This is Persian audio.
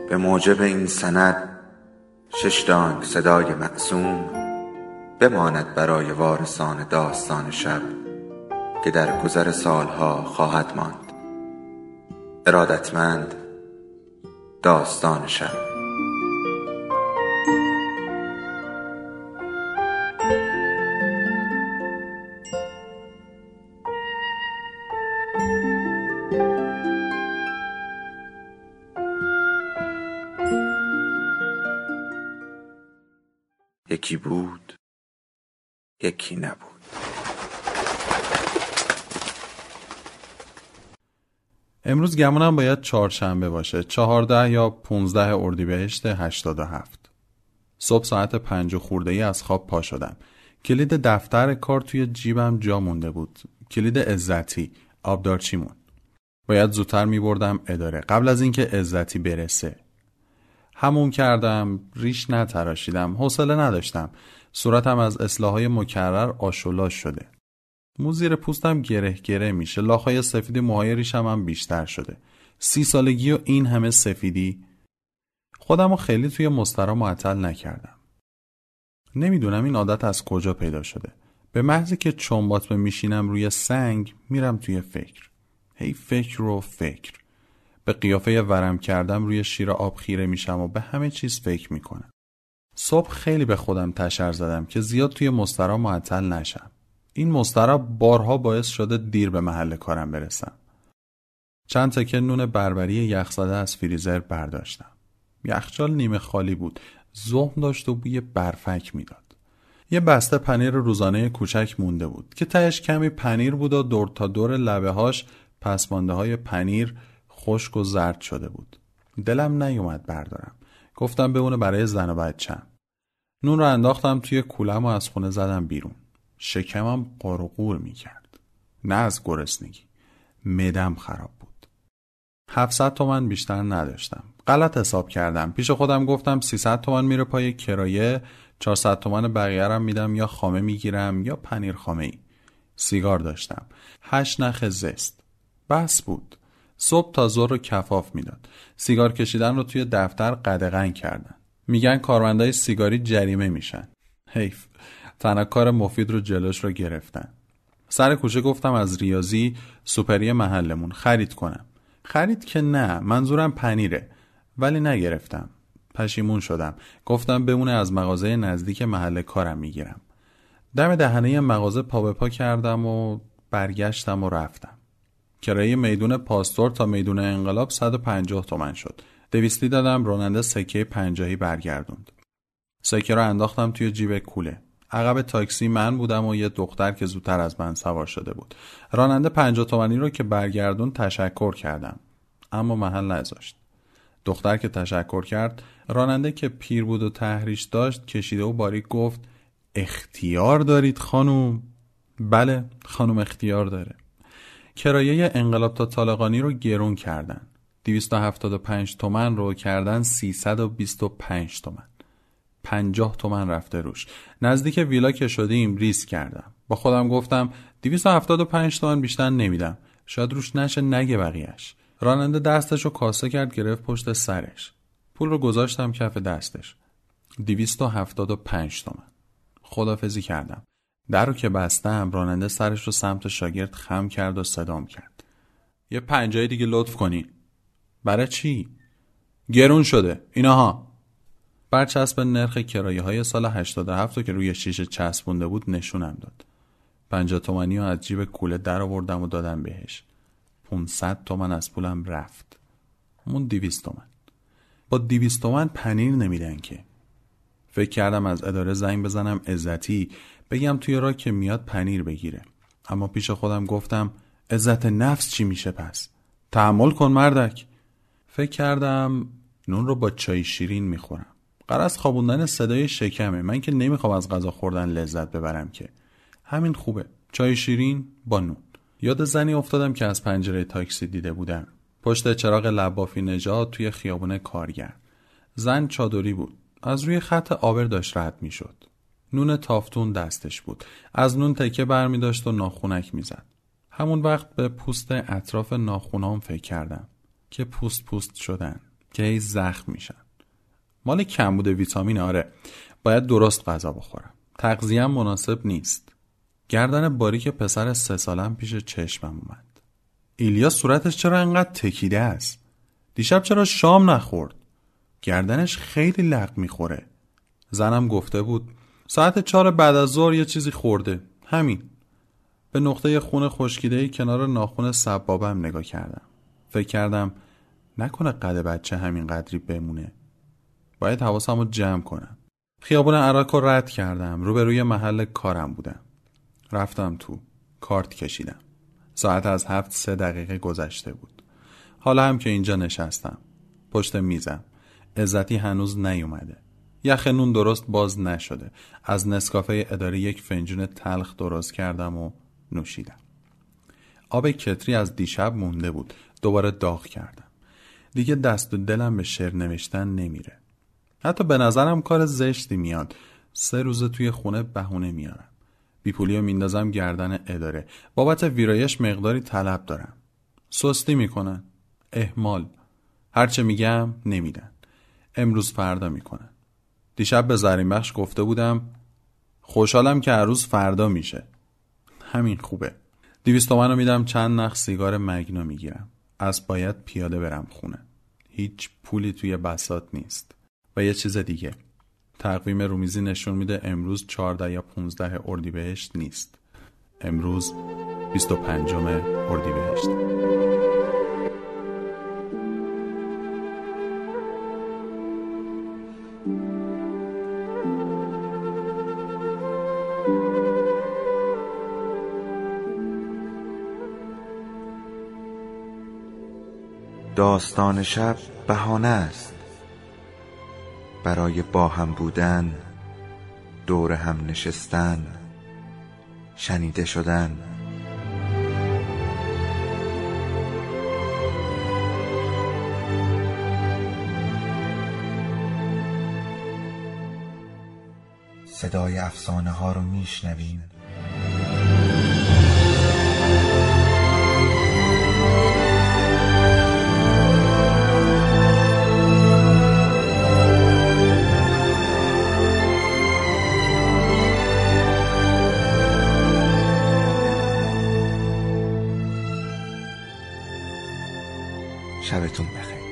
به موجب این سند 6 دانگ صدای معصوم بماند برای وارثان داستان شب که در گذر سالها خواهد ماند. ارادتمند، داستان شب. یکی بود، یکی نبود. امروز گمونم باید چهارشنبه باشه، 14 یا 15 اردیبهشت 87. صبح ساعت 5 خورده‌ای از خواب پا شدم. کلید دفتر کار توی جیبم جا مونده بود. کلید عزتی، آبدارچیمون. باید زودتر می‌بردم اداره قبل از اینکه عزتی برسه. هموم کردم، ریش نتراشیدم، حوصله نداشتم. صورتم از اصلاح‌های مکرر آشولاش شده. مو زیر پوستم گره میشه، لاخای سفید موهای ریشم هم بیشتر شده. 30 سالگی و این همه سفیدی. خودمو خیلی توی مسترا معطل نکردم. نمیدونم این عادت از کجا پیدا شده. به محضی که چنبات میشینم روی سنگ میرم توی فکر. هی فکر و فکر. به قیافه ورم کردم روی شیر آب خیره میشم و به همه چیز فکر میکنم. صبح خیلی به خودم تشر زدم که زیاد توی مسترا معطل نشم. این مسترا بارها باعث شده دیر به محل کارم برسم. چند تکه نون بربری یخزده از فریزر برداشتم. یخچال نیمه خالی بود. زخم داشت و بوی برفک میداد. یه بسته پنیر روزانه کوچک مونده بود که تهش کمی پنیر بود و دور تا دور لبه هاش پسمانده های پنیر خشک و زرد شده بود. دلم نیومد بردارم. گفتم بمونه برای زن و بچه‌م. نون رو انداختم توی کولم و از خونه زدم بیرون. شکمم قرقور میکرد. نه از گرسنگی. معدم خراب بود. 700 تومن بیشتر نداشتم. غلط حساب کردم. پیش خودم گفتم 300 تومن میره پای کرایه، 400 تومن بقیه رو میدم یا خامه میگیرم یا پنیر خامه‌ای. سیگار داشتم. 8 نخ زست. بس بود. صبح تا ظهر رو کفاف میداد. سیگار کشیدن رو توی دفتر قدغن کردن. میگن کارمندای سیگاری جریمه میشن. حیف. تنها کار مفید رو جلوش رو گرفتن. سر کوچه گفتم از ریاضی سوپری محلمون خرید کنم. خرید که نه، منظورم پنیره. ولی نگرفتم. پشیمون شدم. گفتم بمونه از مغازه نزدیک محل کارم میگیرم. دم دهنه مغازه پا به پا کردم و برگشتم و رفتم. کرایه میدون پاستور تا میدون انقلاب 150 تومن شد. 200 دادم، راننده سکه 50 برگردوند. سکه رو انداختم توی جیب کوله. عقب تاکسی من بودم و یه دختر که زودتر از من سوار شده بود. راننده 50 تومانی رو که برگردوند تشکر کردم. اما محل نذاشت. دختر که تشکر کرد، راننده که پیر بود و تحریش داشت کشیده و باریک گفت اختیار دارید خانوم؟ بله خانوم اختیار داره. کرایه انقلاب تا طالقانی رو گرون کردن. 275 تومن رو کردن 325 تومن. 50 تومن رفته روش. نزدیک ویلا که شدیم ریسک کردم. با خودم گفتم 275 تومن بیشتر نمیدم. شاید روش نشه نگه بقیهش. راننده دستشو کاسه کرد گرفت پشت سرش. پول رو گذاشتم کف دستش. 275 تومن. خداحافظی کردم. در رو که بستم راننده سرش رو سمت شاگرد خم کرد و صدام کرد. یه 50 دیگه لطف کنین. برای چی؟ گرون شده. اینها. برچسب نرخ کرایه های سال 87 که روی شیشه چسبونده بود نشونم داد. 50 تومانی رو از جیب کوله در آوردم و دادم بهش. 500 تومن از پولم رفت. مون 200 تومن. با 200 تومن پنیر نمیدن که. فکر کردم از اداره زنگ بزنم عزتی بگم توی راه که میاد پنیر بگیره. اما پیش خودم گفتم عزت نفس چی میشه پس؟ تحمل کن مردک. فکر کردم نون رو با چای شیرین میخورم. غرض خوابوندن صدای شکمه. من که نمیخوام از غذا خوردن لذت ببرم که. همین خوبه. چای شیرین با نون. یاد زنی افتادم که از پنجره تاکسی دیده بودم. پشت چراغ لبافی نژاد توی خیابون کارگر. زن چادری بود. از روی خط آبر داشت رد میشد. نون تافتون دستش بود. از نون تکه برمی داشت و ناخونک میزد. همون وقت به پوست اطراف ناخونام فکر کردم که پوست شدن. که هی زخم میشن. مال کمبود ویتامین. آره، باید درست غذا بخورم. تغذیه‌ام مناسب نیست. گردن باریک پسر 3 سالم پیش چشمم اومد. ایلیا صورتش چرا انقدر تکیده است؟ دیشب چرا شام نخورد؟ گردنش خیلی لق میخوره. زنم گفته بود ساعت 4 بعد از ظهر یه چیزی خورده. همین. به نقطه خون خشکیده‌ای کنار ناخن سبابم نگاه کردم. فکر کردم نکنه قد بچه همین قدری بمونه. باید حواسمو جمع کنم. خیابون عراق رو رد کردم. روبروی محل کارم بودم. رفتم تو. کارت کشیدم. ساعت از 7 3 دقیقه گذشته بود. حالا هم که اینجا نشستم. پشت میزم. عزتی هنوز نیومده. یخ نون درست باز نشده. از نسکافه اداری 1 فنجون تلخ درست کردم و نوشیدم. آب کتری از دیشب مونده بود. دوباره داغ کردم. دیگه دست و دلم به شعر نوشتن نمیره. حتی به نظرم کار زشتی میاد. 3 روزه توی خونه بهونه میارم. بیپولیو میندازم گردن اداره. بابت ویرایش مقداری طلب دارم. سستی میکنن. اهمال. هرچه میگم نمیدن. امروز فردا میکنن. دیشب به زرین بخش گفته بودم خوشحالم که هر روز فردا میشه. همین خوبه. 200 تومن رو میدم چند نخ سیگار مگنو میگیرم. از باید پیاده برم خونه. هیچ پولی توی بساط نیست. و یه چیز دیگه. تقویم رومیزی نشون میده امروز 14 یا 15 اردیبهشت نیست. امروز 25 اردیبهشت. داستان شب بهانه است برای با هم بودن، دور هم نشستن، شنیده شدن. صدای افسانه ها رو میشنویم. شبتون بخیر.